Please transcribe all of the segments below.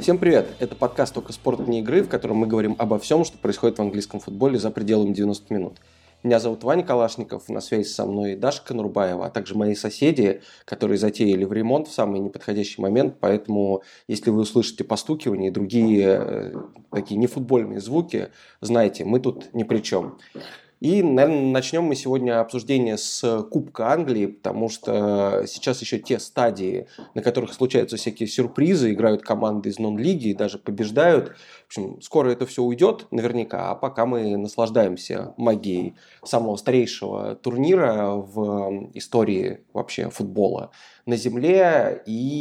Всем привет! Это подкаст «Только спорт, вне игры», в котором мы говорим обо всем, что происходит в английском футболе за пределами 90 минут. Меня зовут Ваня Калашников, на связи со мной Даша Конурбаева, а также мои соседи, которые затеяли в ремонт в самый неподходящий момент, поэтому если вы услышите постукивание и другие такие нефутбольные звуки, знайте, мы тут ни при чем. И, наверное, начнем мы сегодня обсуждение с Кубка Англии, потому что сейчас еще те стадии, на которых случаются всякие сюрпризы, играют команды из нон-лиги и даже побеждают. В общем, скоро это все уйдет наверняка, а пока мы наслаждаемся магией самого старейшего турнира в истории вообще футбола на Земле.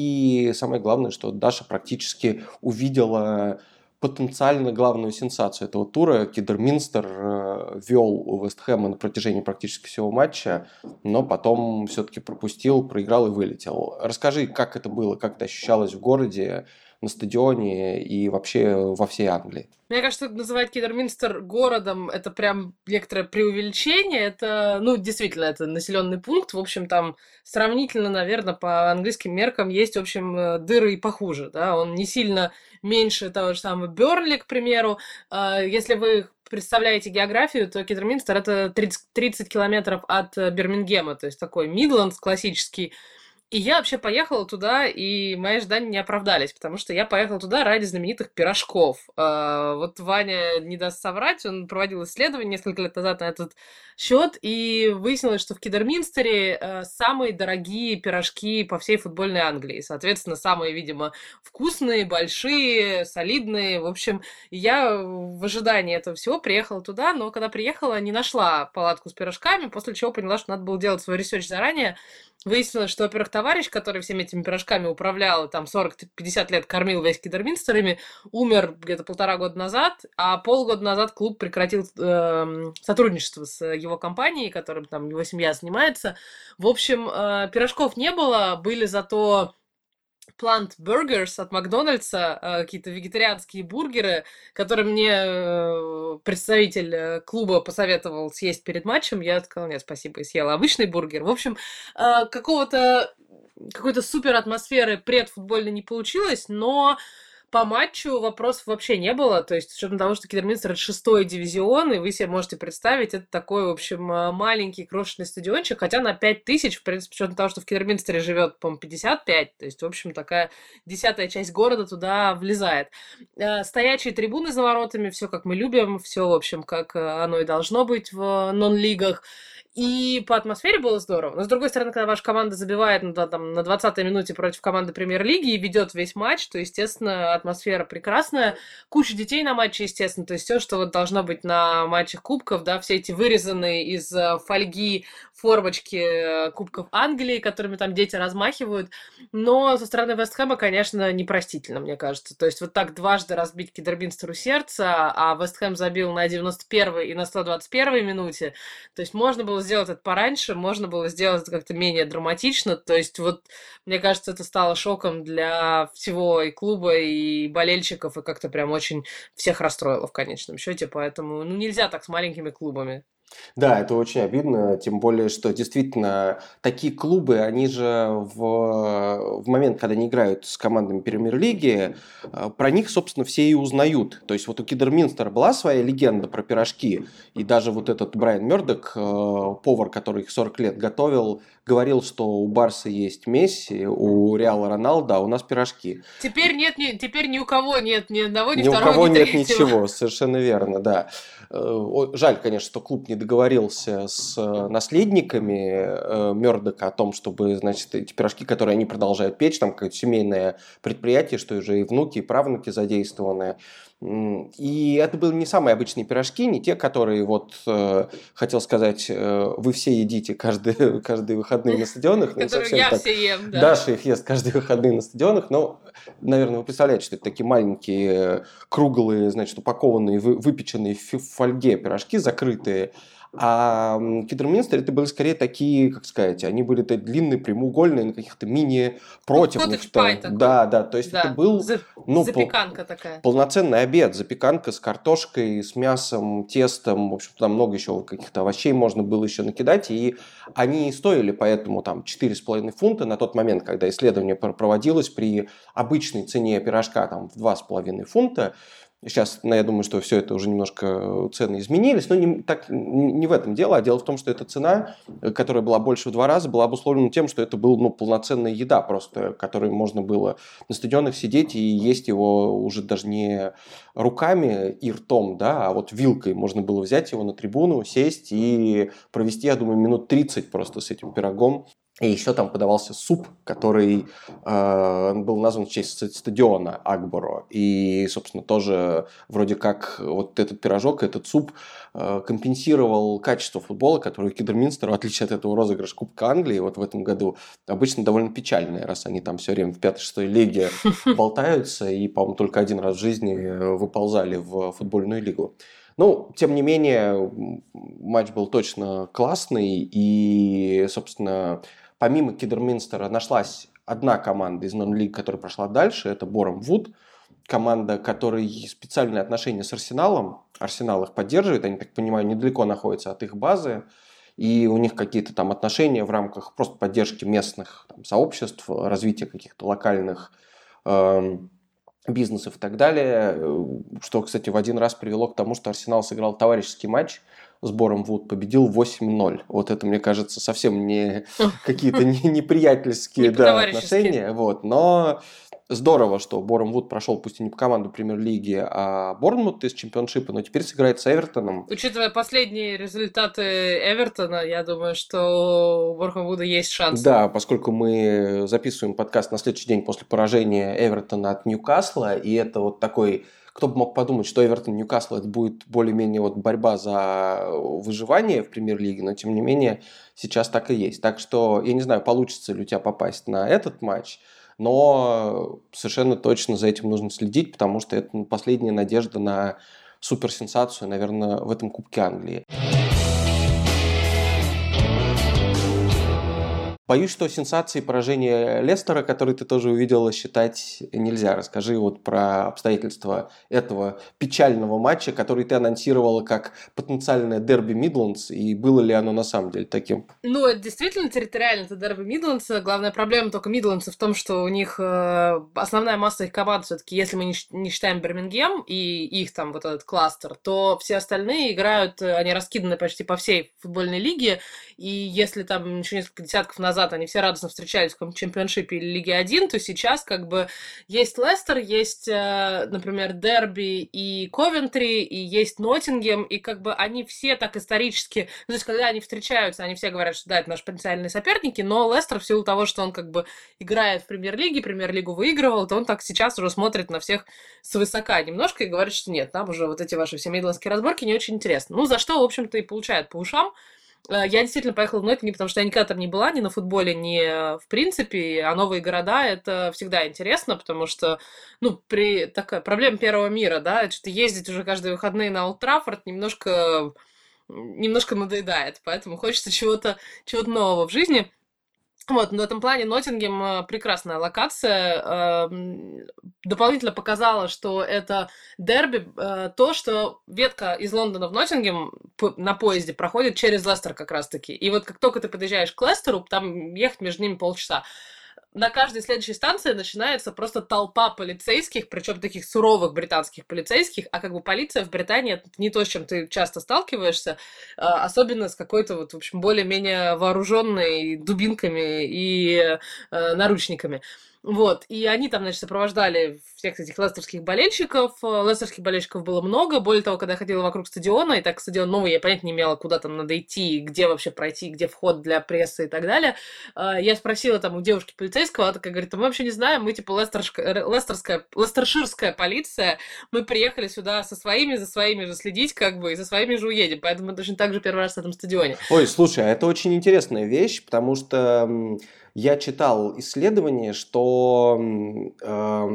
И самое главное, что Даша практически увидела потенциально главную сенсацию этого тура. Киддерминстер вел у Вест Хэма на протяжении практически всего матча, но потом все-таки пропустил, проиграл и вылетел. Расскажи, как это было, как это ощущалось в городе, на стадионе и вообще во всей Англии. Мне кажется, называть Киддерминстер городом — это прям некоторое преувеличение. Это, действительно, это населенный пункт. В общем, там сравнительно, наверное, по английским меркам есть, в общем, дыры и похуже. Да? Он не сильно меньше того же самого Бёрнли, к примеру. Если вы представляете географию, то Киддерминстер — это 30 километров от Бирмингема, то есть такой Мидлендс классический. И я вообще поехала туда, и мои ожидания не оправдались, потому что я поехала туда ради знаменитых пирожков. Вот Ваня не даст соврать, он проводил исследование несколько лет назад на этот счет, и выяснилось, что в Киддерминстере самые дорогие пирожки по всей футбольной Англии. Соответственно, самые, видимо, вкусные, большие, солидные. В общем, я в ожидании этого всего приехала туда, но когда приехала, не нашла палатку с пирожками, после чего поняла, что надо было делать свой ресерч заранее. Выяснилось, что, во-первых, товарищ, который всеми этими пирожками управлял, там 40-50 лет кормил весь Киддерминстер ими, умер где-то 1,5 года назад, а полгода назад клуб прекратил сотрудничество с его компанией, которым там его семья занимается. В общем, пирожков не было, были зато Plant Burgers от Макдональдса, какие-то вегетарианские бургеры, которые мне представитель клуба посоветовал съесть перед матчем. Я сказала, нет, спасибо, и съела обычный бургер. В общем, какой-то супер атмосферы предфутбольной не получилось, но по матчу вопросов вообще не было. То есть, с учетом того, что Киддерминстер — это 6-й дивизион, и вы себе можете представить, это такой, в общем, маленький крошечный стадиончик, хотя на 5000, в принципе, с учетом того, что в Киддерминстере живет, по-моему, 55, то есть, в общем, такая 10-я часть города туда влезает. Стоячие трибуны за воротами, все как мы любим, все, в общем, как оно и должно быть в нон-лигах. И по атмосфере было здорово. Но, с другой стороны, когда ваша команда забивает на 20-й минуте против команды премьер-лиги и ведет весь матч, то, естественно, атмосфера прекрасная. Куча детей на матче, естественно. То есть все, что вот должно быть на матчах кубков, да, все эти вырезанные из фольги формочки кубков Англии, которыми там дети размахивают. Но со стороны Вест Хэма, конечно, непростительно, мне кажется. То есть вот так дважды разбить Киддерминстеру сердце, а Вест Хэм забил на 91-й и на 121-й минуте. То есть можно было сделать это пораньше, можно было сделать это как-то менее драматично. То есть вот, мне кажется, это стало шоком для всего и клуба, и болельщиков, и как-то прям очень всех расстроило в конечном счете. Поэтому, нельзя так с маленькими клубами. Да, это очень обидно, тем более, что действительно такие клубы, они же в момент, когда они играют с командами премьер-лиги, про них, собственно, все и узнают. То есть вот у Киддерминстера была своя легенда про пирожки, и даже вот этот Брайан Мёрдок, повар, который их 40 лет готовил, говорил, что у Барса есть Месси, у Реала Роналдо, а у нас пирожки. Теперь ни у кого нет ни одного, ни второго, ни у кого ни нет третьего. ничего, совершенно верно, да. Жаль, конечно, что клуб не договорился с наследниками Мёрдока о том, чтобы, значит, эти пирожки, которые они продолжают печь, там какое-то семейное предприятие, что уже и внуки, и правнуки задействованы. И это были не самые обычные пирожки, не те, которые, вот, хотел сказать, вы все едите каждые выходные на стадионах. Которые я все ем, да. Даша их ест каждые выходные на стадионах, но, наверное, вы представляете, что это такие маленькие, круглые, значит, упакованные, выпеченные в фольге пирожки, закрытые. А Киддерминстер это были скорее такие, как сказать, они были длинные, прямоугольные, на каких-то мини-противнях. Да, то есть это был запеканка такая. Полноценный обед, запеканка с картошкой, с мясом, тестом, в общем, там много еще каких-то овощей можно было еще накидать, и они стоили поэтому там 4,5 фунта на тот момент, когда исследование проводилось при обычной цене пирожка там в 2,5 фунта. Сейчас, я думаю, что все это уже немножко цены изменились, но не в этом дело, а дело в том, что эта цена, которая была больше в 2 раза, была обусловлена тем, что это была полноценная еда просто, которой можно было на стадионах сидеть и есть его уже даже не руками и ртом, да, а вот вилкой можно было взять его на трибуну, сесть и провести, я думаю, минут 30 просто с этим пирогом. И еще там подавался суп, который был назван в честь стадиона Акборо. И, собственно, тоже вроде как вот этот пирожок, этот суп компенсировал качество футбола, которое у Киддерминстера, в отличие от этого розыгрыша Кубка Англии вот в этом году, обычно довольно печальное, раз они там все время в 5-6 лиге болтаются и, по-моему, только один раз в жизни выползали в футбольную лигу. Ну, тем не менее, матч был точно классный, и, собственно, помимо Киддерминстера нашлась одна команда из нон-лиг, которая прошла дальше, это Бором Вуд, команда, которой специальные отношения с Арсеналом. Арсенал их поддерживает, они, так понимаю, недалеко находятся от их базы, и у них какие-то там отношения в рамках просто поддержки местных там сообществ, развития каких-то локальных бизнесов и так далее, что, кстати, в один раз привело к тому, что Арсенал сыграл товарищеский матч с Бором Вуд, победил 8-0. Вот это, мне кажется, совсем не какие-то неприятельские отношения. Вот. Но здорово, что Бором Вуд прошел, пусть и не по команду премьер-лиги, а Борнмут из чемпионшипа, но теперь сыграет с Эвертоном. Учитывая последние результаты Эвертона, я думаю, что у Бором Вуда есть шанс. Да, поскольку мы записываем подкаст на следующий день после поражения Эвертона от Ньюкасла, и это вот такой... Кто бы мог подумать, что Эвертон Ньюкасл это будет более-менее вот борьба за выживание в премьер-лиге, но тем не менее сейчас так и есть. Так что я не знаю, получится ли у тебя попасть на этот матч, но совершенно точно за этим нужно следить, потому что это последняя надежда на суперсенсацию, наверное, в этом Кубке Англии. Боюсь, что сенсацией поражения Лестера, который ты тоже увидела, считать нельзя. Расскажи вот про обстоятельства этого печального матча, который ты анонсировала как потенциальное дерби Мидлендс, и было ли оно на самом деле таким? Ну, это действительно территориально, это дерби Мидлендса. Главная проблема только Мидлендса в том, что у них основная масса их команд все-таки, если мы не считаем Бирмингем и их там вот этот кластер, то все остальные играют, они раскиданы почти по всей футбольной лиге, и если там еще несколько десятков назад они все радостно встречались в каком-то чемпионшипе или Лиге 1, то сейчас как бы есть Лестер, есть, например, Дерби и Ковентри, и есть Ноттингем, и как бы они все так исторически... Ну, то есть, когда они встречаются, они все говорят, что да, это наши потенциальные соперники, но Лестер в силу того, что он как бы играет в премьер-лиге, премьер-лигу выигрывал, то он так сейчас уже смотрит на всех свысока немножко и говорит, что нет, нам уже вот эти ваши все мидлендские разборки не очень интересны. Ну, за что, в общем-то, и получает по ушам. Я действительно поехала в Ноттингем, потому что я никогда там не была, ни на футболе, ни в принципе, а новые города это всегда интересно, потому что, ну, при такая проблема первого мира, да, что-то ездить уже каждые выходные на Олд Траффорд немножко надоедает, поэтому хочется чего-то нового в жизни. Вот, в этом плане Ноттингем прекрасная локация. Дополнительно показала, что это дерби, то, что ветка из Лондона в Ноттингем на поезде проходит через Лестер как раз-таки. И вот как только ты подъезжаешь к Лестеру, там ехать между ними полчаса. На каждой следующей станции начинается просто толпа полицейских, причем таких суровых британских полицейских, а как бы полиция в Британии это не то, с чем ты часто сталкиваешься, особенно с какой-то вот, в общем, более-менее вооруженной дубинками и наручниками. Вот, и они там, значит, сопровождали всех этих лестерских болельщиков. Лестерских болельщиков было много. Более того, когда я ходила вокруг стадиона, и так стадион новый, я понятия не имела, куда там надо идти, где вообще пройти, где вход для прессы и так далее. Я спросила там у девушки полицейского, она такая говорит, мы вообще не знаем, мы типа лестерширская полиция, мы приехали сюда за своими же следить, как бы, и за своими же уедем, поэтому мы точно так же первый раз на этом стадионе. Ой, слушай, а это очень интересная вещь, потому что я читал исследование, что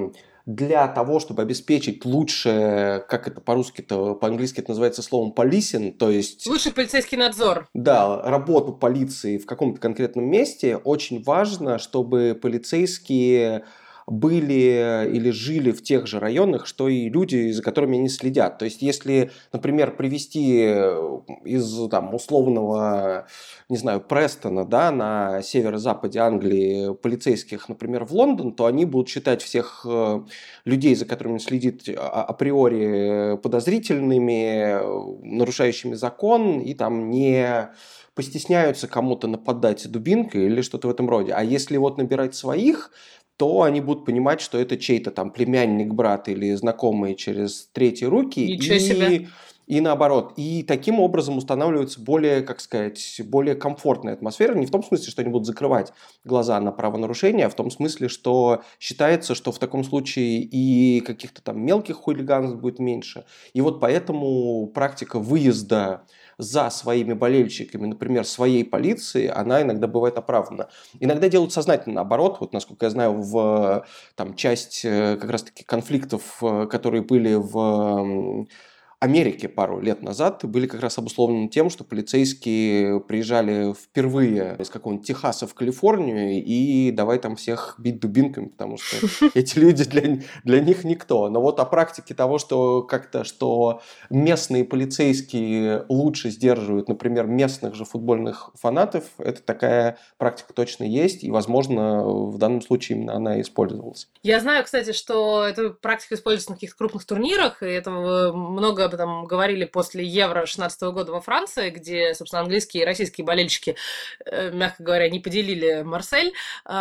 для того, чтобы обеспечить лучше, как это по-русски-то, по-английски это называется словом policing, то есть... Лучший полицейский надзор. Да, работу полиции в каком-то конкретном месте, очень важно, чтобы полицейские были или жили в тех же районах, что и люди, за которыми они следят. То есть, если, например, привезти из там, условного, не знаю, Престона, да, на северо-западе Англии полицейских, например, в Лондон, то они будут считать всех людей, за которыми следит априори подозрительными, нарушающими закон, и там не постесняются кому-то нападать дубинкой или что-то в этом роде. А если вот набирать своих, то они будут понимать, что это чей-то там племянник, брат или знакомый через третьи руки. Ничего себе. И наоборот. И таким образом устанавливается более, как сказать, более комфортная атмосфера. Не в том смысле, что они будут закрывать глаза на правонарушения, а в том смысле, что считается, что в таком случае и каких-то там мелких хулиганств будет меньше. И вот поэтому практика выезда за своими болельщиками, например, своей полиции, она иногда бывает оправдана. Иногда делают сознательно наоборот. Вот, насколько я знаю, в там, часть как раз-таки конфликтов, которые были в Америке пару лет назад, были как раз обусловлены тем, что полицейские приезжали впервые из какого-нибудь Техаса в Калифорнию и давай там всех бить дубинками, потому что эти люди для них никто. Но вот о практике того, что как-то, что местные полицейские лучше сдерживают, например, местных же футбольных фанатов, это такая практика точно есть, и, возможно, в данном случае именно она и использовалась. Я знаю, кстати, что эта практика используется на каких-то крупных турнирах, и этого много об этом говорили после Евро 2016 года во Франции, где, собственно, английские и российские болельщики, мягко говоря, не поделили Марсель.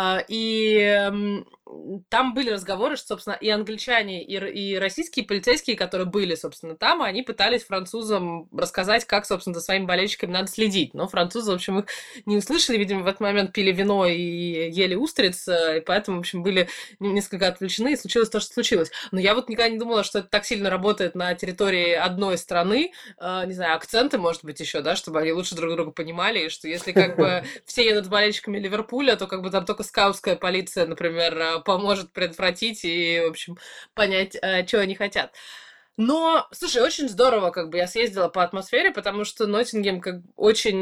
И там были разговоры, что, собственно, и англичане, и российские полицейские, которые были, собственно, там, они пытались французам рассказать, как, собственно, за своими болельщиками надо следить. Но французы, в общем, их не услышали, видимо, в этот момент пили вино и ели устриц, и поэтому, в общем, были несколько отвлечены, и случилось то, что случилось. Но я вот никогда не думала, что это так сильно работает на территории одной страны. Не знаю, акценты, может быть, еще, да, чтобы они лучше друг друга понимали, и что если как бы все едут с болельщиками Ливерпуля, то как бы там только скаутская полиция, например, поможет предотвратить и, в общем, понять, что они хотят. Но, слушай, очень здорово, как бы я съездила по атмосфере, потому что Ноттингем как очень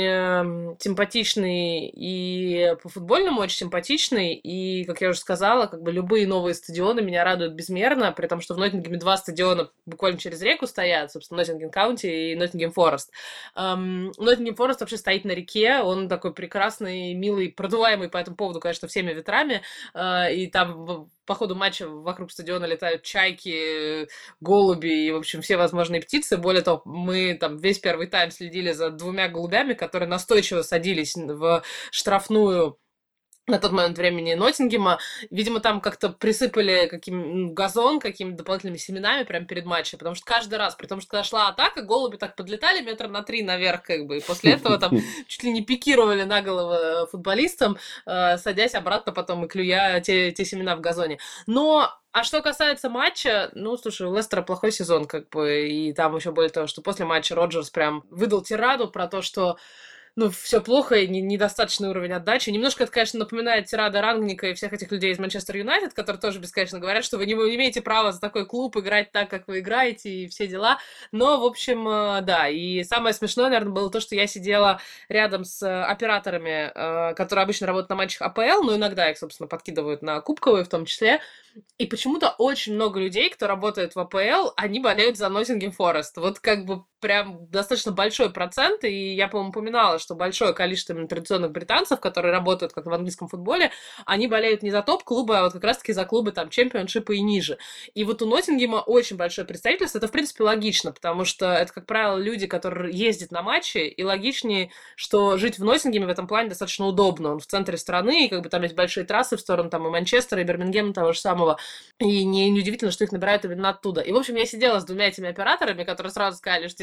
симпатичный и по футбольному очень симпатичный, и, как я уже сказала, как бы любые новые стадионы меня радуют безмерно, при том, что в Ноттингеме 2 стадиона буквально через реку стоят, собственно, Ноттингем-Каунти и Ноттингем-Форест. Ноттингем-Форест вообще стоит на реке, он такой прекрасный, милый, продуваемый по этому поводу, конечно, всеми ветрами, и там по ходу матча вокруг стадиона летают чайки, голуби и, в общем, все возможные птицы. Более того, мы там весь первый тайм следили за 2 голубями, которые настойчиво садились в штрафную на тот момент времени Ноттингема. Видимо, там как-то присыпали газон какими-то дополнительными семенами прямо перед матчем, потому что каждый раз, при том, что когда шла атака, голуби так подлетали 3 метра наверх, как бы, и после этого там чуть ли не пикировали на голову футболистам, садясь обратно потом и клюя те семена в газоне. Но а что касается матча, ну, слушай, у Лестера плохой сезон, как бы, и там еще более того, что после матча Роджерс прям выдал тираду про то, что ну, все плохо, и недостаточный уровень отдачи. Немножко это, конечно, напоминает тирады Рангника и всех этих людей из Манчестер Юнайтед, которые тоже бесконечно говорят, что вы не имеете права за такой клуб играть так, как вы играете, и все дела. Но, в общем, да. И самое смешное, наверное, было то, что я сидела рядом с операторами, которые обычно работают на матчах АПЛ, но иногда их, собственно, подкидывают на кубковые в том числе. И почему-то очень много людей, кто работает в АПЛ, они болеют за Ноттингем Форест. Вот как бы прям достаточно большой процент, и я, по-моему, упоминала, что большое количество традиционных британцев, которые работают как в английском футболе, они болеют не за топ-клубы, а вот как раз-таки за клубы там чемпионшипа и ниже. И вот у Ноттингема очень большое представительство, это, в принципе, логично, потому что это, как правило, люди, которые ездят на матчи, и логичнее, что жить в Ноттингеме в этом плане достаточно удобно. Он в центре страны, и как бы там есть большие трассы в сторону там и Манчестера, и Бирмингема того же самого. И неудивительно, что их набирают именно оттуда. И, в общем, я сидела с 2 этими операторами, которые сразу сказали, что,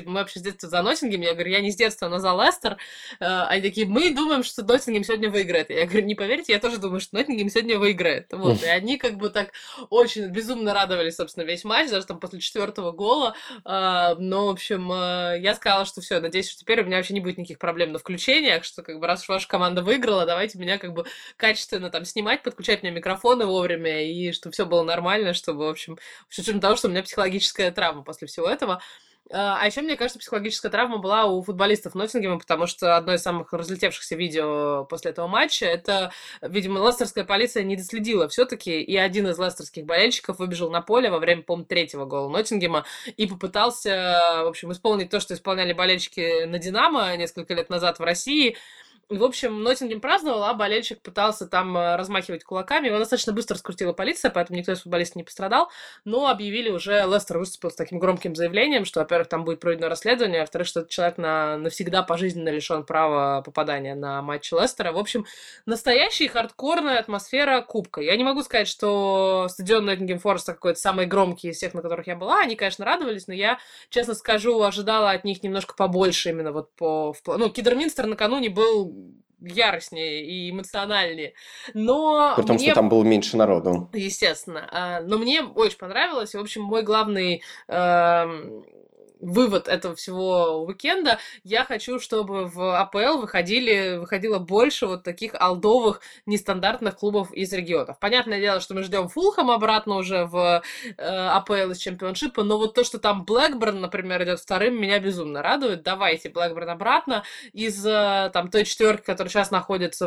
типа, мы вообще с детства за Ноттингем, я говорю, я не с детства, но за Лестер, они такие, мы думаем, что Ноттингем сегодня выиграет. Я говорю, не поверите, я тоже думаю, что Ноттингем сегодня выиграет. Вот, и они как бы так очень безумно радовались, собственно, весь матч, даже там после 4-го гола. Но, в общем, я сказала, что все, надеюсь, что теперь у меня вообще не будет никаких проблем на включениях, что как бы раз уж ваша команда выиграла, давайте меня как бы качественно там снимать, подключать мне микрофоны вовремя, и чтобы все было нормально, чтобы, в общем, с учетом того, что у меня психологическая травма после всего этого. А еще, мне кажется, психологическая травма была у футболистов Ноттингема, потому что одно из самых разлетевшихся видео после этого матча, это, видимо, лестерская полиция не доследила все-таки, и один из лестерских болельщиков выбежал на поле во время, по-моему, 3-го гола Ноттингема и попытался, в общем, исполнить то, что исполняли болельщики на «Динамо» несколько лет назад в России. В общем, Ноттингем праздновал, а болельщик пытался там размахивать кулаками. Его достаточно быстро раскрутила полиция, поэтому никто из футболистов не пострадал. Но объявили уже, Лестер выступил с таким громким заявлением, что, во-первых, там будет проведено расследование, а во-вторых, что этот человек навсегда пожизненно лишен права попадания на матч Лестера. В общем, настоящая хардкорная атмосфера Кубка. Я не могу сказать, что стадион Ноттингем Форест какой-то самый громкий из всех, на которых я была. Они, конечно, радовались, но я, честно скажу, ожидала от них немножко побольше именно вот Ну, Киддерминстер накануне был яростнее и эмоциональнее. Но При том, что там было меньше народу. естественно. Но мне очень понравилось. И, в общем, мой главный вывод этого всего уикенда, я хочу, чтобы в АПЛ выходило больше вот таких олдовых, нестандартных клубов из регионов. Понятное дело, что мы ждем Фулхэм обратно уже в АПЛ из чемпионшипа, но вот то, что там Блэкберн, например, идет вторым, меня безумно радует. Давайте Блэкберн обратно из там той четверки, которая сейчас находится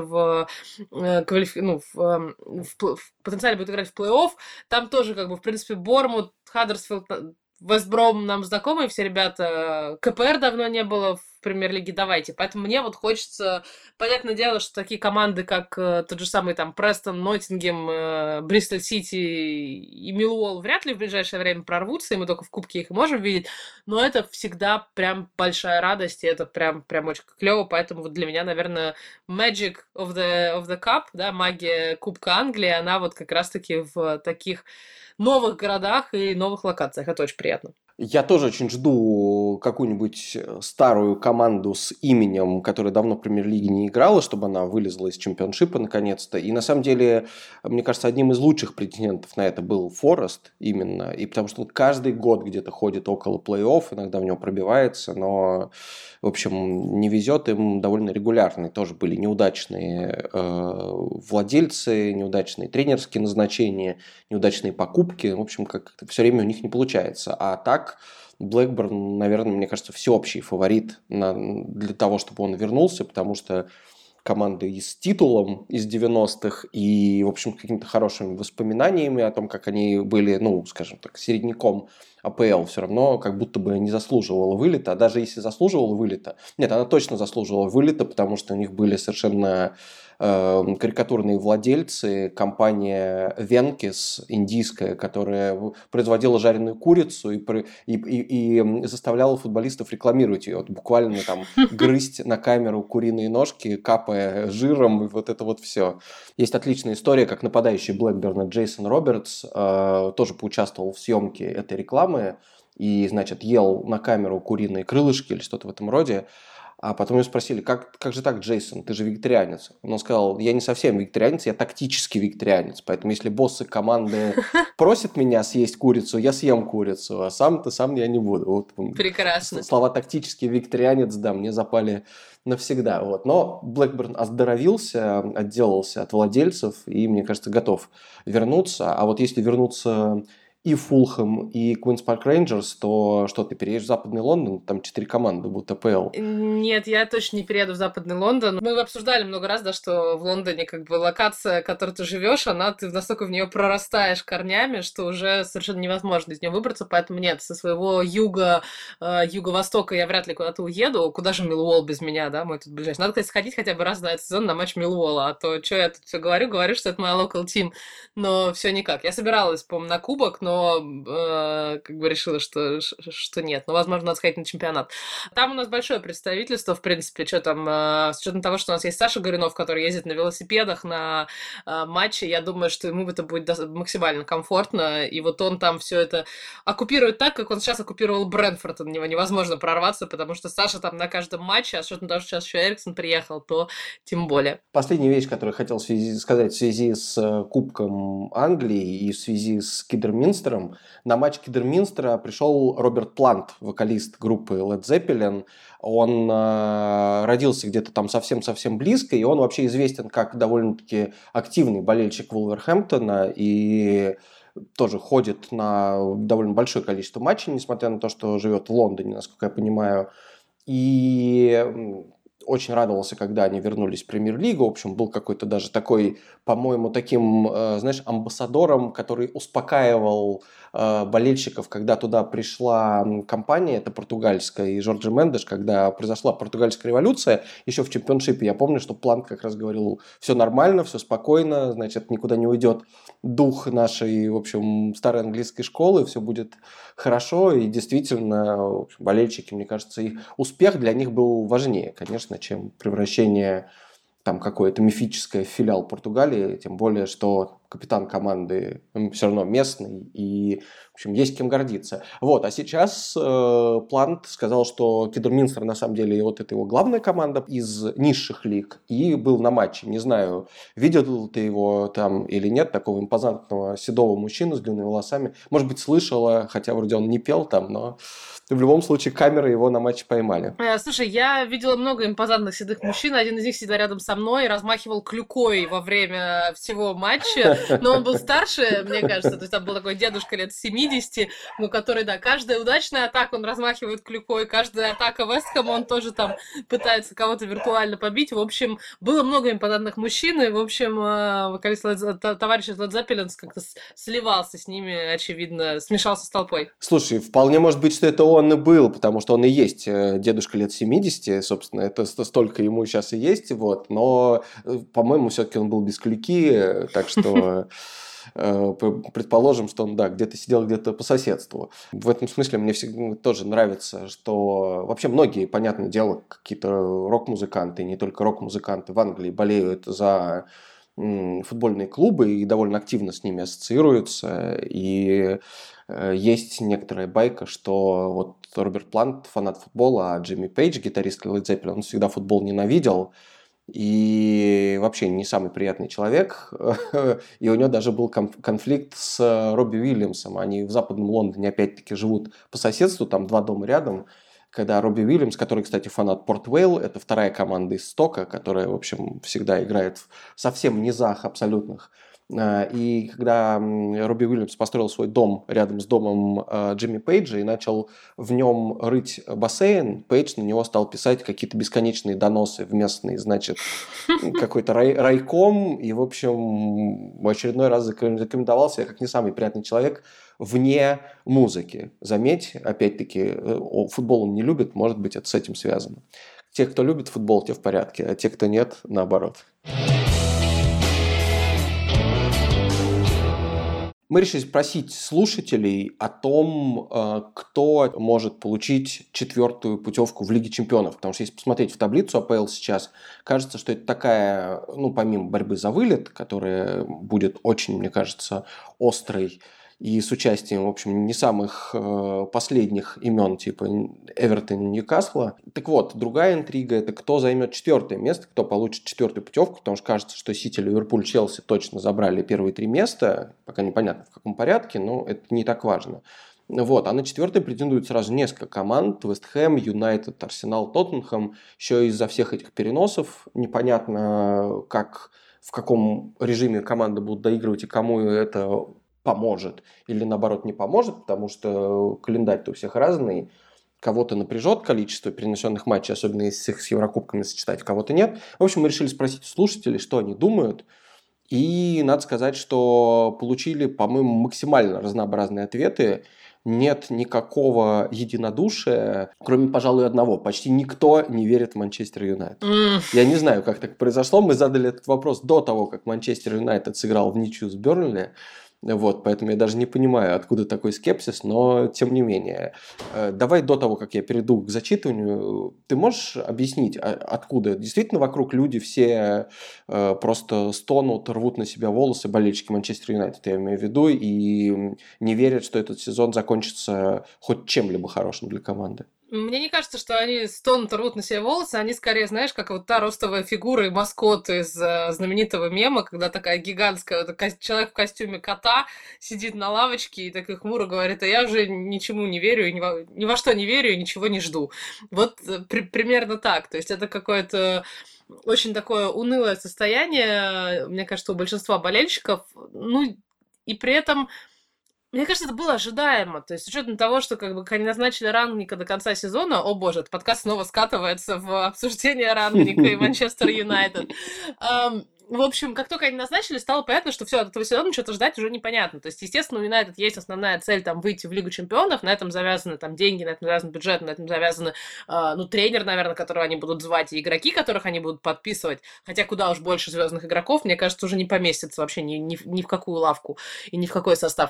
потенциально будет играть в плей-офф. Там тоже, как бы, в принципе, Бормут, Хаддерсфилд, Вестбром нам знакомые все ребята. КПР давно не было в премьер-лиге, давайте. Поэтому мне вот хочется... Понятное дело, что такие команды, как тот же самый там Престон, Ноттингем, Бристоль Сити и Миллуолл вряд ли в ближайшее время прорвутся, и мы только в Кубке их можем видеть. Но это всегда прям большая радость, и это прям очень клево. Поэтому вот для меня, наверное, Magic of the Cup, да, магия Кубка Англии, она вот как раз-таки в таких новых городах и новых локациях. Это очень приятно. Я тоже очень жду какую-нибудь старую команду с именем, которая давно в премьер-лиге не играла, чтобы она вылезла из чемпионшипа наконец-то. И на самом деле, мне кажется, одним из лучших претендентов на это был Форест именно. И потому что каждый год где-то ходит около плей-офф, иногда в него пробивается, но, в общем, не везет им довольно регулярно. Тоже были неудачные владельцы, неудачные тренерские назначения, неудачные покупки. В общем, как-то все время у них не получается. А так Блэкберн, наверное, мне кажется, всеобщий фаворит для того, чтобы он вернулся, потому что команды и с титулом из 90-х, и, в общем, с какими-то хорошими воспоминаниями о том, как они были, ну, скажем так, середняком АПЛ, все равно как будто бы не заслуживала вылета. А даже если заслуживала вылета, нет, она точно заслуживала вылета, потому что у них были совершенно карикатурные владельцы, компания Венкис индийская, которая производила жареную курицу и заставляла футболистов рекламировать ее. Вот буквально там грызть на камеру куриные ножки, капая жиром, и вот это вот все. Есть отличная история, как нападающий Блэкберна Джейсон Робертс тоже поучаствовал в съемке этой рекламы и, значит, ел на камеру куриные крылышки или что-то в этом роде. А потом его спросили, как же так, Джейсон, ты же вегетарианец. Он сказал, я не совсем вегетарианец, я тактический вегетарианец. Поэтому если боссы команды просят меня съесть курицу, я съем курицу, а сам я не буду. Вот, прекрасно. Слова тактический вегетарианец, да, мне запали навсегда. Вот. Но Блэкберн оздоровился, отделался от владельцев и, мне кажется, готов вернуться. А вот если вернуться и Фулхэм, и Куинс Парк Рейнджерс, то что, ты переедешь в Западный Лондон? Там 4 команды будут АПЛ. Нет, я точно не перееду в Западный Лондон. Мы обсуждали много раз, да, что в Лондоне как бы локация, в которой ты живешь, ты настолько в нее прорастаешь корнями, что уже совершенно невозможно из нее выбраться, поэтому нет, со своего юго-востока я вряд ли куда-то уеду. Куда же Миллуолл без меня, да, мой тут ближайший. Надо, кстати, сходить хотя бы раз на этот сезон на матч Миллуолла, а то что я тут все говорю, что это моя local team, но все никак. Я собиралась, по-моему, на кубок, но но как бы решила, что нет. Но, возможно, надо сходить на чемпионат. Там у нас большое представительство, в принципе, что там, с учетом того, что у нас есть Саша Горюнов, который ездит на велосипедах на матчи, я думаю, что ему это будет максимально комфортно, и вот он там все это оккупирует так, как он сейчас оккупировал Брэнфорд, на него невозможно прорваться, потому что Саша там на каждом матче, а с учетом того, что сейчас еще Эриксон приехал, то тем более. Последняя вещь, которую я хотел сказать в связи с Кубком Англии и в связи с Киддерминстером. На матч Киддерминстера пришел Роберт Плант, вокалист группы Led Zeppelin. Он родился где-то там совсем-совсем близко, и он вообще известен как довольно-таки активный болельщик Вулверхэмптона и тоже ходит на довольно большое количество матчей, несмотря на то, что живет в Лондоне, насколько я понимаю. И очень радовался, когда они вернулись в Премьер-лигу. В общем, был какой-то даже такой, по-моему, таким, знаешь, амбассадором, который успокаивал болельщиков, когда туда пришла компания, это португальская, и Жорджи Мендеш, когда произошла португальская революция, еще в чемпионшипе, я помню, что Плант как раз говорил, все нормально, все спокойно, значит, никуда не уйдет дух нашей, в общем, старой английской школы, все будет хорошо, и действительно, в общем, болельщики, мне кажется, их успех для них был важнее, конечно, чем превращение там какое-то мифическое филиал Португалии, тем более, что капитан команды все равно местный, и, в общем, есть кем гордиться. Вот, а сейчас Плант сказал, что Киддерминстер, на самом деле, вот это его главная команда из низших лиг, и был на матче. Не знаю, видел ты его там или нет, такого импозантного седого мужчину с длинными волосами. Может быть, слышала, хотя вроде он не пел там, но в любом случае камеры его на матче поймали. Слушай, я видела много импозантных седых мужчин. Один из них сидел рядом со мной и размахивал клюкой во время всего матча. Но он был старше, мне кажется. То есть там был такой дедушка лет 70, ну, который, да, каждая удачная атака он размахивает клюкой, каждая атака Вестхэма он тоже там пытается кого-то виртуально побить. В общем, было много импозантных мужчин, и, в общем, вокалист товарищ из Led Zeppelin как-то сливался с ними, очевидно, смешался с толпой. Слушай, вполне может быть, что это он и был, потому что он и есть дедушка лет 70, собственно, это столько ему сейчас и есть, вот, но, по-моему, все-таки он был без клюки, так что предположим, что он, да, где-то сидел, где-то по соседству. В этом смысле мне всегда тоже нравится, что вообще многие, понятное дело, какие-то рок-музыканты, не только рок-музыканты в Англии болеют за футбольные клубы и довольно активно с ними ассоциируются, и есть некоторая байка, что вот Роберт Плант фанат футбола, а Джимми Пейдж, гитарист Led Zeppelin, он всегда футбол ненавидел и вообще не самый приятный человек. И у него даже был конфликт с Робби Уильямсом. Они в Западном Лондоне опять-таки живут по соседству, там 2 дома рядом. Когда Робби Уильямс, который, кстати, фанат Порт Вейл, это вторая команда из Стока, которая, в общем, всегда играет в совсем низах абсолютных. И когда Робби Уильямс построил свой дом рядом с домом Джимми Пейджа и начал в нем рыть бассейн, Пейдж на него стал писать какие-то бесконечные доносы в местный, значит, какой-то райком. И, в общем, в очередной раз зарекомендовал себя как не самый приятный человек вне музыки. Заметь, опять-таки, футбол он не любит, может быть, это с этим связано. Те, кто любит футбол, те в порядке, а те, кто нет, наоборот. Мы решили спросить слушателей о том, кто может получить 4-ю путевку в Лиге Чемпионов. Потому что если посмотреть в таблицу АПЛ сейчас, кажется, что это такая, ну, помимо борьбы за вылет, которая будет очень, мне кажется, острой, и с участием, в общем, не самых последних имен, типа Эвертона, Ньюкасла. Так вот, другая интрига – это кто займет 4-е место, кто получит 4-ю путевку, потому что кажется, что Сити, Ливерпуль, Челси точно забрали первые 3 места, пока непонятно в каком порядке, но это не так важно. Вот, а на 4-е претендуют сразу несколько команд: Вест Хэм, Юнайтед, Арсенал, Тоттенхэм. Еще из-за всех этих переносов непонятно, как, в каком режиме команды будут доигрывать и кому это поможет или, наоборот, не поможет, потому что календарь-то у всех разный. Кого-то напряжет количество перенесенных матчей, особенно если их с Еврокубками сочетать, кого-то нет. В общем, мы решили спросить слушателей, что они думают. И надо сказать, что получили, по-моему, максимально разнообразные ответы. Нет никакого единодушия, кроме, пожалуй, одного. Почти никто не верит в Манчестер Юнайтед. Я не знаю, как так произошло. Мы задали этот вопрос до того, как Манчестер Юнайтед сыграл в ничью с Бернли. Вот, поэтому я даже не понимаю, откуда такой скепсис, но тем не менее. Давай до того, как я перейду к зачитыванию, ты можешь объяснить, откуда? Действительно вокруг люди все просто стонут, рвут на себя волосы, болельщики Манчестер Юнайтед, я имею в виду, и не верят, что этот сезон закончится хоть чем-либо хорошим для команды. Мне не кажется, что они стонут, рвут на себе волосы, они скорее, знаешь, как вот та ростовая фигура и маскот из знаменитого мема, когда такая гигантская, вот, человек в костюме кота сидит на лавочке и так хмуро говорит, а я уже ничему не верю, и ни во что не верю, и ничего не жду. Вот примерно так. То есть это какое-то очень такое унылое состояние, мне кажется, у большинства болельщиков. Ну, и при этом мне кажется, это было ожидаемо. То есть, с учетом того, что как бы они назначили рангника до конца сезона, о боже, этот подкаст снова скатывается в обсуждение рангника и Манчестер Юнайтед. В общем, как только они назначили, стало понятно, что все, от этого сезона что-то ждать уже непонятно. То есть, естественно, у Юнайтед есть основная цель там выйти в Лигу Чемпионов, на этом завязаны там деньги, на этом завязан бюджет, на этом завязаны, тренер, наверное, которого они будут звать, и игроки, которых они будут подписывать. Хотя куда уж больше звездных игроков, мне кажется, уже не поместится вообще ни в какую лавку и ни в какой состав.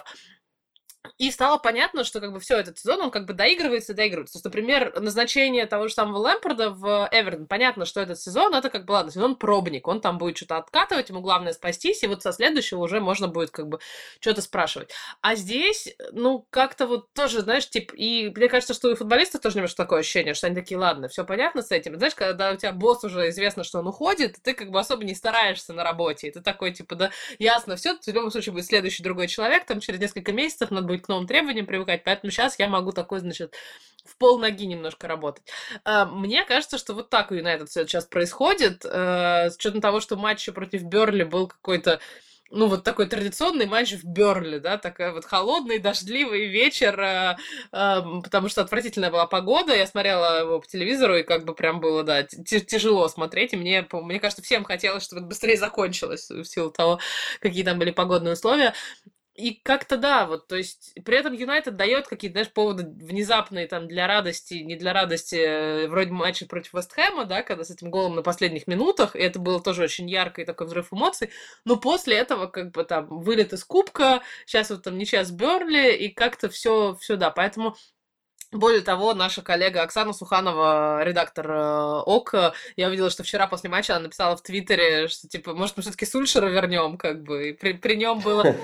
И стало понятно, что как бы все этот сезон, он как бы доигрывается. То есть, например, назначение того же самого Лэмпарда в Эвертон. Понятно, что этот сезон, это как бы, ладно, сезон пробник. Он там будет что-то откатывать, ему главное спастись, и вот со следующего уже можно будет как бы что-то спрашивать. А здесь, как-то вот тоже, знаешь, типа, и мне кажется, что у футболистов тоже немножко такое ощущение, что они такие, ладно, все понятно с этим. Знаешь, когда у тебя босс уже известно, что он уходит, ты как бы особо не стараешься на работе, и ты такой, типа, да, ясно, все, в любом случае будет следующий другой человек, там через несколько месяцев надо будет к новым требованиям привыкать, поэтому сейчас я могу такой, значит, в полноги немножко работать. Мне кажется, что вот так у Юнайтед все сейчас происходит, с учетом того, что матч против Бернли был какой-то, вот такой традиционный матч в Бернли, да, такой вот холодный, дождливый вечер, потому что отвратительная была погода, я смотрела его по телевизору, и как бы прям было, да, тяжело смотреть, и мне кажется, всем хотелось, чтобы это быстрее закончилось в силу того, какие там были погодные условия. И как-то да, вот, то есть, при этом Юнайтед дает какие-то, знаешь, поводы внезапные там для радости, не для радости, вроде матча против Вестхэма, да, когда с этим голом на последних минутах, и это было тоже очень ярко и такой взрыв эмоций, но после этого, как бы, там, вылет из кубка, сейчас вот там ничья с Бернли, и как-то все, да, поэтому... Более того, наша коллега Оксана Суханова, редактор ОК, я увидела, что вчера после матча она написала в Твиттере, что, типа, может, мы все-таки Сульшера вернем, как бы, и при нем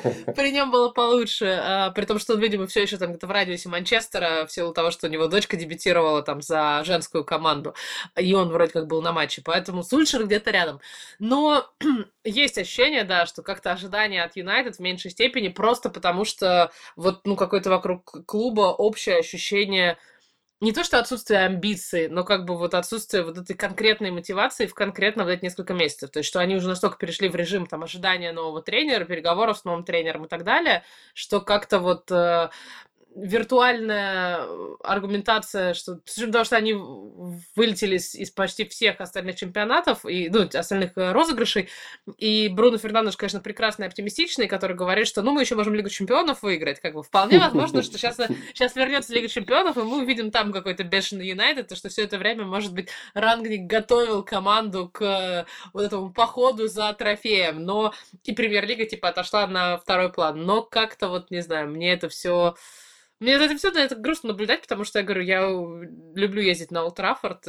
было получше, при том, что он, видимо, все еще там где-то в радиусе Манчестера, в силу того, что у него дочка дебютировала там за женскую команду, и он вроде как был на матче, поэтому Сульшер где-то рядом. Но есть ощущение, да, что как-то ожидания от Юнайтед в меньшей степени, просто потому что вот, какое-то вокруг клуба общее ощущение не то что отсутствие амбиций, но как бы вот отсутствие вот этой конкретной мотивации в конкретно вот эти несколько месяцев. То есть, что они уже настолько перешли в режим там ожидания нового тренера, переговоров с новым тренером и так далее, что как-то вот виртуальная аргументация, что потому что они вылетели из почти всех остальных чемпионатов и остальных розыгрышей, и Бруно Фернандеш, конечно, прекрасный, оптимистичный, который говорит, что мы еще можем Лигу Чемпионов выиграть, как бы вполне возможно, что сейчас вернется Лига Чемпионов, и мы увидим там какой-то бешеный Юнайтед, и что все это время, может быть, Рангник готовил команду к вот этому походу за трофеем, но и Премьер-лига типа отошла на второй план, но как-то вот, не знаю, мне это все это грустно наблюдать, потому что, я говорю, я люблю ездить на Олд Траффорд,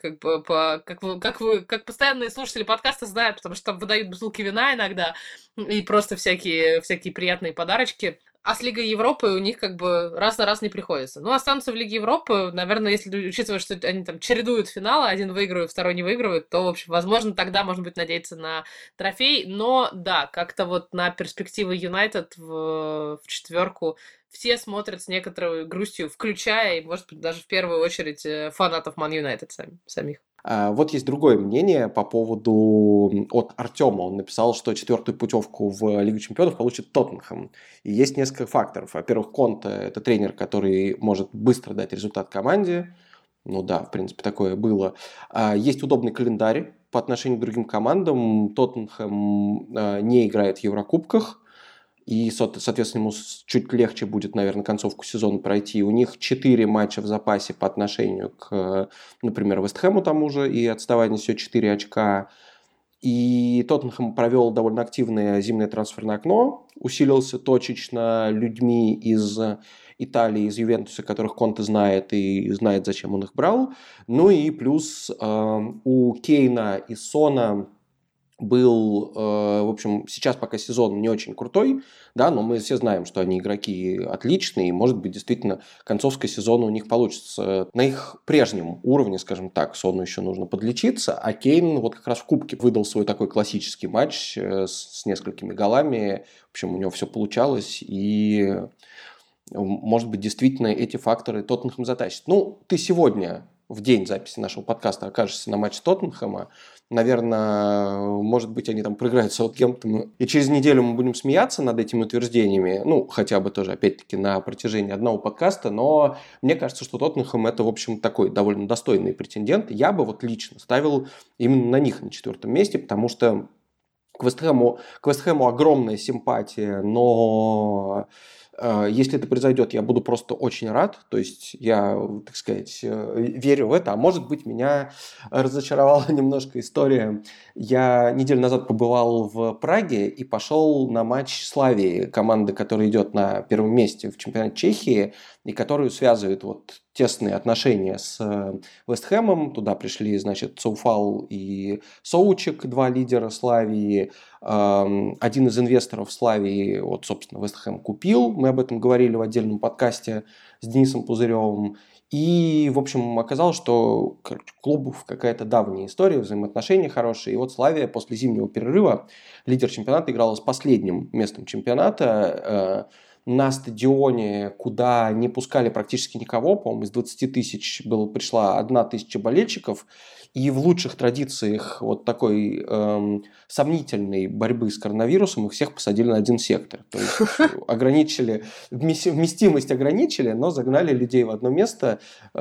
как постоянные слушатели подкаста знают, потому что там выдают бутылки вина иногда, и просто всякие приятные подарочки. А с Лигой Европы у них как бы раз на раз не приходится. Останутся в Лиге Европы, наверное, если учитывать, что они там чередуют финалы, один выигрывает, второй не выигрывает, то, в общем, возможно, тогда, может быть, надеяться на трофей. Но, да, как-то вот на перспективы Юнайтед в четверку все смотрят с некоторой грустью, включая, и, может быть, даже в первую очередь фанатов Ман Юнайтед самих. Вот есть другое мнение по поводу от Артема. Он написал, что четвертую путевку в Лигу Чемпионов получит Тоттенхэм. И есть несколько факторов. Во-первых, Конте – это тренер, который может быстро дать результат команде. Да, в принципе, такое было. Есть удобный календарь по отношению к другим командам. Тоттенхэм не играет в Еврокубках. И, соответственно, ему чуть легче будет, наверное, концовку сезона пройти. У них 4 матча в запасе по отношению к, например, Вестхэму тому же, и отставание все 4 очка. И Тоттенхэм провел довольно активное зимнее трансферное окно, усилился точечно людьми из Италии, из Ювентуса, которых Конте знает и знает, зачем он их брал. Ну и плюс у Кейна и Сона был, в общем, сейчас пока сезон не очень крутой, да, но мы все знаем, что они игроки отличные, и, может быть, действительно, концовка сезона у них получится на их прежнем уровне, скажем так. Сону еще нужно подлечиться, а Кейн вот как раз в Кубке выдал свой такой классический матч с несколькими голами. В общем, у него все получалось, и, может быть, действительно эти факторы Тоттенхэм затащит. Ну, ты сегодня, в день записи нашего подкаста, окажешься на матче Тоттенхэма. Наверное, может быть, они там проиграют Саутгемптону. И через неделю мы будем смеяться над этими утверждениями. Ну, хотя бы тоже, опять-таки, на протяжении одного подкаста. Но мне кажется, что Тоттенхэм – это, в общем, такой довольно достойный претендент. Я бы вот лично ставил именно на них на 4-м месте, потому что к Вест-Хэму огромная симпатия, но если это произойдет, я буду просто очень рад. То есть я, так сказать, верю в это. А может быть, меня разочаровала немножко история. Я неделю назад побывал в Праге и пошел на матч Славии, команды, которая идет на первом месте в чемпионате Чехии, и которую связывает вот тесные отношения с Вест-Хэмом. Туда пришли, значит, Цауфал и Соучек, два лидера Славии. Один из инвесторов Славии, вот, собственно, Вест-Хэм купил. Мы об этом говорили в отдельном подкасте с Денисом Пузыревым. И, в общем, оказалось, что у клубов какая-то давняя история, взаимоотношения хорошие. И вот Славия после зимнего перерыва, лидер чемпионата, играла с последним местом чемпионата на стадионе, куда не пускали практически никого. По-моему, из 20 тысяч пришла 1 тысяча болельщиков. И в лучших традициях вот такой сомнительной борьбы с коронавирусом их всех посадили на один сектор. То есть ограничили, вместимость ограничили, но загнали людей в одно место.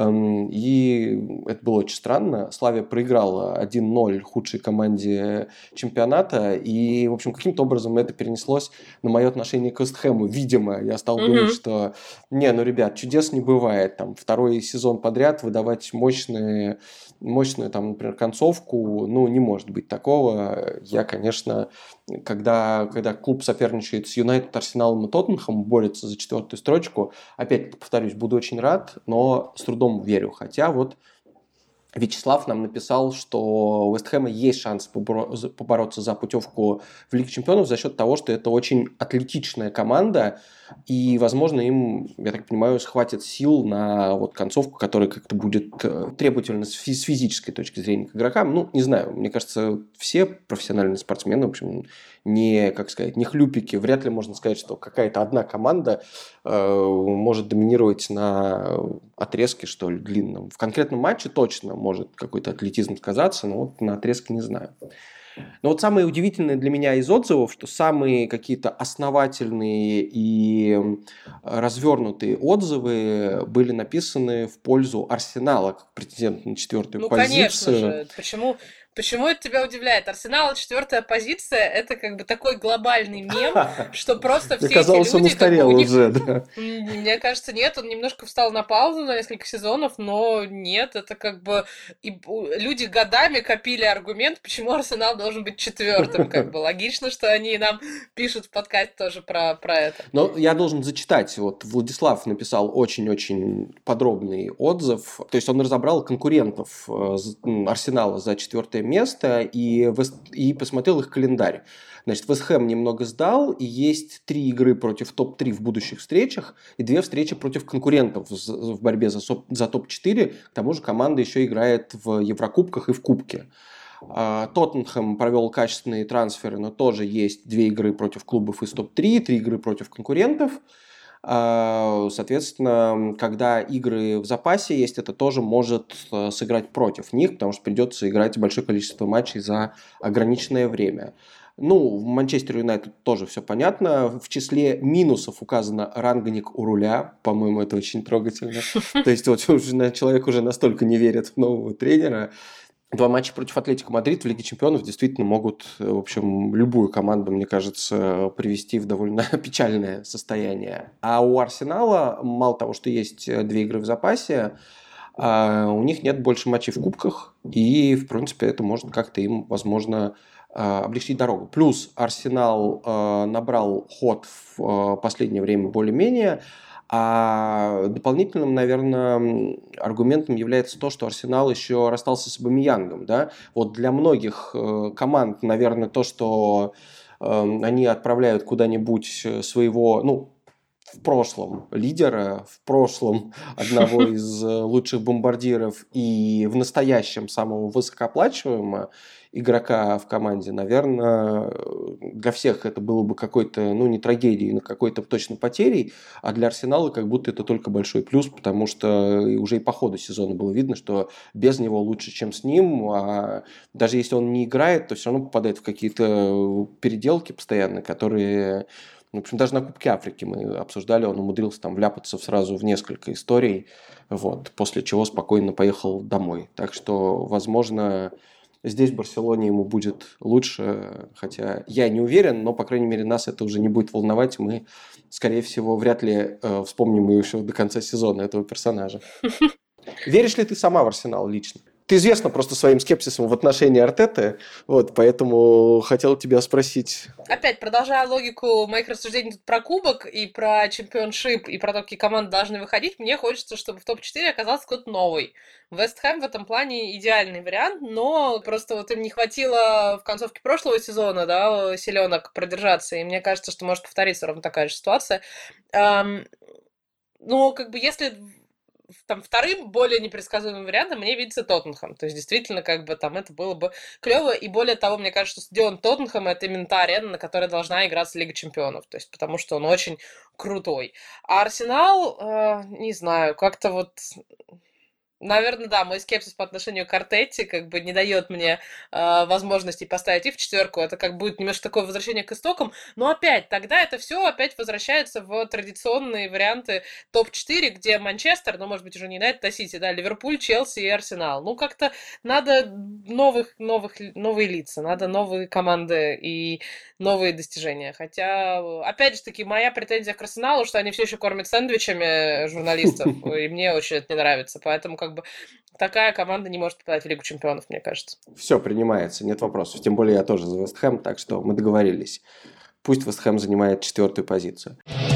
И это было очень странно. Славия проиграла 1-0 худшей команде чемпионата. И, в общем, каким-то образом это перенеслось на мое отношение к Вест-Хэму. Видимо, я стал думать, что ну, ребят, чудес не бывает. Там, второй сезон подряд выдавать мощную там, например, концовку, ну, не может быть такого. Я, конечно, когда клуб соперничает с Юнайтед, Арсеналом и Тоттенхэмом, борется за 4-ю строчку, опять повторюсь, буду очень рад, но с трудом верю. Хотя вот Вячеслав нам написал, что у Вест Хэма есть шанс побороться за путевку в Лигу Чемпионов за счет того, что это очень атлетичная команда, и, возможно, им, я так понимаю, хватит сил на вот концовку, которая как-то будет требовательна с физической точки зрения к игрокам. Ну, не знаю, мне кажется, все профессиональные спортсмены, в общем, не, как сказать, не хлюпики. Вряд ли можно сказать, что какая-то одна команда может доминировать на отрезке, что ли, длинном. В конкретном матче точно может какой-то атлетизм сказаться, но вот на отрезке не знаю. Но вот самое удивительное для меня из отзывов, что самые какие-то основательные и развернутые отзывы были написаны в пользу Арсенала как претендента на 4-ю позицию. Конечно же. Почему это тебя удивляет? Арсенал 4-я позиция, это как бы такой глобальный мем, что просто все эти люди... Казалось, он устарел уже, да. Мне кажется, нет, он немножко встал на паузу на несколько сезонов, но нет, это как бы... Люди годами копили аргумент, почему Арсенал должен быть 4-м, как бы логично, что они нам пишут в подкасте тоже про это. Но я должен зачитать, вот Владислав написал очень-очень подробный отзыв, то есть он разобрал конкурентов Арсенала за 4-е место и посмотрел их календарь. Значит, Вест Хэм немного сдал, и есть 3 игры против топ-3 в будущих встречах и 2 встречи против конкурентов в борьбе за топ-4. К тому же команда еще играет в Еврокубках и в Кубке. Тоттенхэм провел качественные трансферы, но тоже есть 2 игры против клубов из топ-3, 3 игры против конкурентов. Соответственно, когда игры в запасе есть, это тоже может сыграть против них, потому что придется играть большое количество матчей за ограниченное время. Ну, в Манчестер Юнайтед тоже все понятно. В числе минусов указано рангник у руля. По-моему, это очень трогательно. То есть вот человек уже настолько не верит в нового тренера. 2 матча против Атлетико Мадрид в Лиге Чемпионов действительно могут, в общем, любую команду, мне кажется, привести в довольно печальное состояние. А у Арсенала, мало того, что есть 2 игры в запасе, у них нет больше матчей в кубках, и, в принципе, это может как-то им, возможно, облегчить дорогу. Плюс Арсенал набрал ход в последнее время более-менее. А дополнительным, наверное, аргументом является то, что Арсенал еще расстался с Обамейянгом. Да? Вот для многих команд, наверное, то, что они отправляют куда-нибудь своего, ну, в прошлом лидера, в прошлом одного из лучших бомбардиров и в настоящем самого высокооплачиваемого игрока в команде, наверное, для всех это было бы какой-то, ну, не трагедией, но какой-то точно потерей, а для Арсенала как будто это только большой плюс, потому что уже и по ходу сезона было видно, что без него лучше, чем с ним, а даже если он не играет, то все равно попадает в какие-то переделки постоянно, которые... В общем, даже на Кубке Африки мы обсуждали, он умудрился там вляпаться сразу в несколько историй, вот, после чего спокойно поехал домой. Так что, возможно, здесь в Барселоне ему будет лучше, хотя я не уверен, но, по крайней мере, нас это уже не будет волновать. Мы, скорее всего, вряд ли вспомним еще до конца сезона этого персонажа. Веришь ли ты сама в Арсенал лично? Ты известна просто своим скепсисом в отношении Артеты, вот, поэтому хотел тебя спросить. Опять, продолжая логику моих рассуждений тут про кубок и про чемпионшип, и про то, какие команды должны выходить, мне хочется, чтобы в топ-4 оказался кто-то новый. Вест Хэм в этом плане идеальный вариант, но просто вот им не хватило в концовке прошлого сезона, да, силенок продержаться, и мне кажется, что может повториться ровно такая же ситуация. Ну, как бы, если там вторым, более непредсказуемым вариантом мне видится Тоттенхэм. То есть, действительно, как бы там это было бы клево. И более того, мне кажется, что стадион Тоттенхэма — это именно та арена, на которой должна играться Лига Чемпионов. То есть, потому что он очень крутой. А Арсенал, не знаю, как-то вот... Наверное, да, мой скепсис по отношению к Артете как бы не дает мне возможности поставить их в четверку. Это как будет немножко такое возвращение к истокам. Но опять, тогда это все опять возвращается в традиционные варианты топ-4, где Манчестер, ну, может быть, уже не на это Сити, да, Ливерпуль, Челси и Арсенал. Ну, как-то надо новые лица, надо новые команды и новые достижения. Хотя, опять же таки, моя претензия к Арсеналу, что они все еще кормят сэндвичами журналистов, и мне очень это не нравится. Поэтому как бы такая команда не может попадать в Лигу Чемпионов, мне кажется. Все принимается, нет вопросов. Тем более я тоже за Вест Хэм, так что мы договорились. Пусть Вест Хэм занимает 4-ю позицию.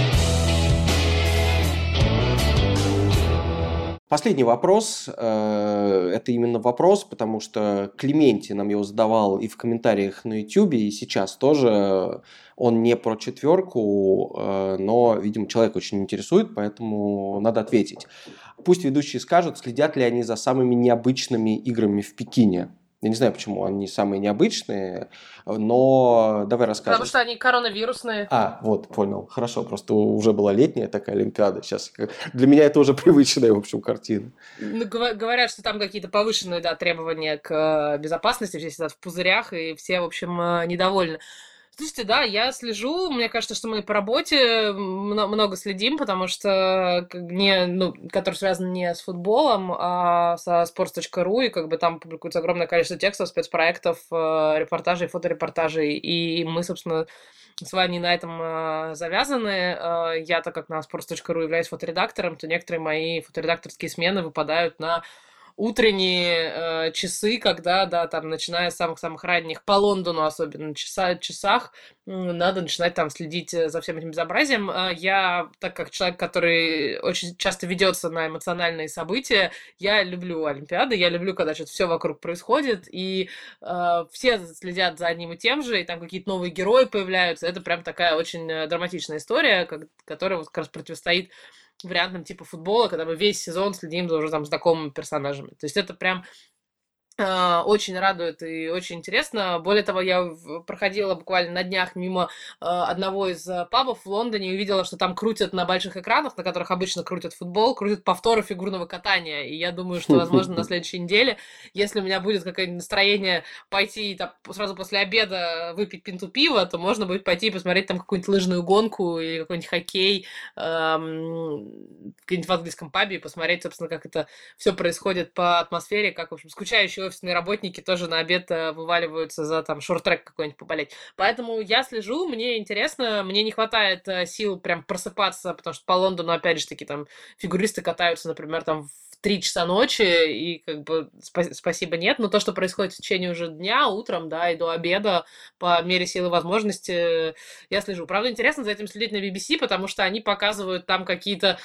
Последний вопрос. Это именно вопрос, потому что Клементи нам его задавал и в комментариях на YouTube, и сейчас тоже. Он не про четверку, но, видимо, человек очень интересует, поэтому надо ответить. Пусть ведущие скажут, следят ли они за самыми необычными играми в Пекине. Я не знаю, почему они самые необычные, но давай расскажем. Потому что они коронавирусные. Вот, понял. Хорошо, просто уже была летняя такая Олимпиада. Сейчас для меня это уже привычная, в общем, картина. Ну, говорят, что там какие-то повышенные, да, требования к безопасности, все сидят в пузырях, и все, в общем, недовольны. Слушайте, да, я слежу, мне кажется, что мы по работе много следим, потому что который связан не с футболом, а со sports.ru, и как бы там публикуется огромное количество текстов, спецпроектов, репортажей, фоторепортажей, и мы, собственно, с Ваней на этом завязаны. Я, так как на sports.ru являюсь фоторедактором, то некоторые мои фоторедакторские смены выпадают на утренние часы, когда, да, там, начиная с самых-самых ранних, по Лондону особенно, часах, надо начинать там следить за всем этим безобразием. Я, так как человек, который очень часто ведется на эмоциональные события, я люблю Олимпиады, я люблю, когда что-то все вокруг происходит, и все следят за одним и тем же, и там какие-то новые герои появляются. Это прям такая очень драматичная история, которая вот как раз противостоит вариантам типа футбола, когда мы весь сезон следим за уже там знакомыми персонажами. То есть это прям очень радует и очень интересно. Более того, я проходила буквально на днях мимо одного из пабов в Лондоне и увидела, что там крутят на больших экранах, на которых обычно крутят футбол, крутят повторы фигурного катания. И я думаю, что, возможно, на следующей неделе, если у меня будет какое-нибудь настроение пойти там, сразу после обеда выпить пинту пива, то можно будет пойти и посмотреть там какую-нибудь лыжную гонку или какой-нибудь хоккей в английском пабе и посмотреть, собственно, как это все происходит по атмосфере, как, в общем, скучающие офисные работники тоже на обед вываливаются за там шорт-трек какой-нибудь поболеть. Поэтому я слежу, мне интересно, мне не хватает сил прям просыпаться, потому что по Лондону, опять же таки, там фигуристы катаются, например, там в 3 часа ночи, и как бы спасибо, нет. Но то, что происходит в течение уже дня, утром, да, и до обеда, по мере силы возможности, я слежу. Правда, интересно за этим следить на BBC, потому что они показывают там какие-то,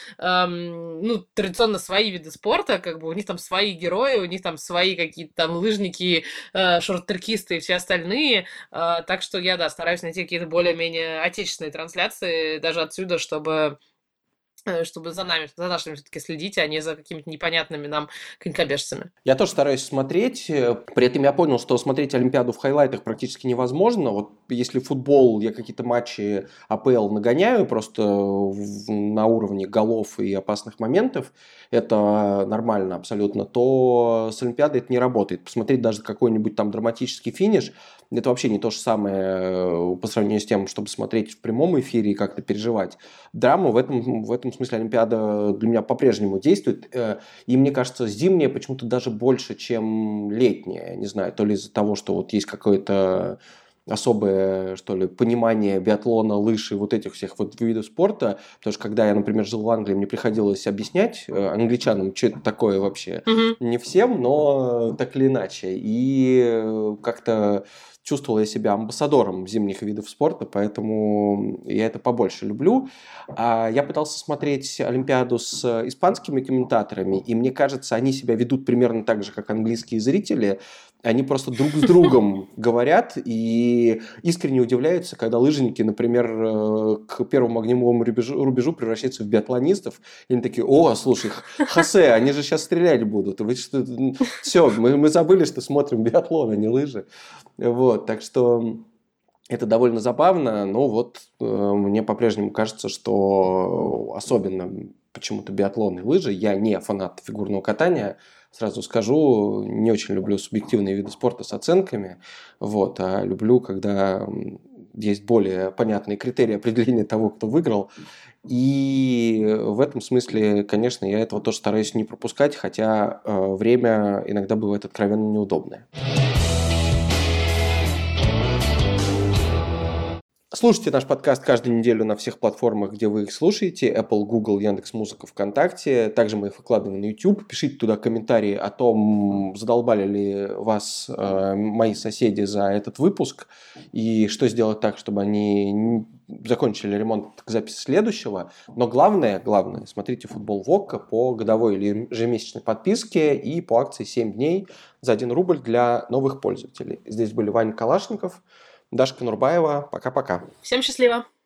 ну, традиционно свои виды спорта, как бы у них там свои герои, у них там свои какие-то там лыжники, шорт-трекисты и все остальные. Так что я, да, стараюсь найти какие-то более-менее отечественные трансляции даже отсюда, чтобы за нами, за нашими все-таки следить, а не за какими-то непонятными нам конькобежцами. Я тоже стараюсь смотреть. При этом я понял, что смотреть Олимпиаду в хайлайтах практически невозможно. Вот если футбол, я какие-то матчи АПЛ нагоняю просто на уровне голов и опасных моментов, это нормально абсолютно, то с Олимпиадой это не работает. Посмотреть даже какой-нибудь там драматический финиш, это вообще не то же самое по сравнению с тем, чтобы смотреть в прямом эфире и как-то переживать. Драма в этом смысле Олимпиада для меня по-прежнему действует. И мне кажется, зимняя почему-то даже больше, чем летняя. Не знаю, то ли из-за того, что вот есть какое-то особое, что ли, понимание биатлона, лыж и вот этих всех вот видов спорта. Потому что когда я, например, жил в Англии, мне приходилось объяснять англичанам, что это такое вообще. Не всем, но так или иначе. И как-то чувствовал я себя амбассадором зимних видов спорта, поэтому я это побольше люблю. Я пытался смотреть Олимпиаду с испанскими комментаторами, и мне кажется, они себя ведут примерно так же, как английские зрители. Они просто друг с другом говорят и искренне удивляются, когда лыжники, например, к первому огневому рубежу превращаются в биатлонистов. И они такие: о, слушай, Хосе, они же сейчас стрелять будут. Вы что? Все, мы забыли, что смотрим биатлон, а не лыжи. Вот, так что это довольно забавно, но вот мне по-прежнему кажется, что особенно почему-то биатлон и лыжи, я не фанат фигурного катания, сразу скажу, не очень люблю субъективные виды спорта с оценками, вот, а люблю, когда есть более понятные критерии определения того, кто выиграл. И в этом смысле, конечно, я этого тоже стараюсь не пропускать, хотя время иногда бывает откровенно неудобное. Слушайте наш подкаст каждую неделю на всех платформах, где вы их слушаете. Apple, Google, Яндекс.Музыка, ВКонтакте. Также мы их выкладываем на YouTube. Пишите туда комментарии о том, задолбали ли вас мои соседи за этот выпуск. И что сделать так, чтобы они закончили ремонт к записи следующего. Но главное, смотрите футбол Вокка по годовой или ежемесячной подписке и по акции 7 дней за 1 рубль для новых пользователей. Здесь были Ваня Калашников, Дашка Нурбаева. Пока-пока. Всем счастливо!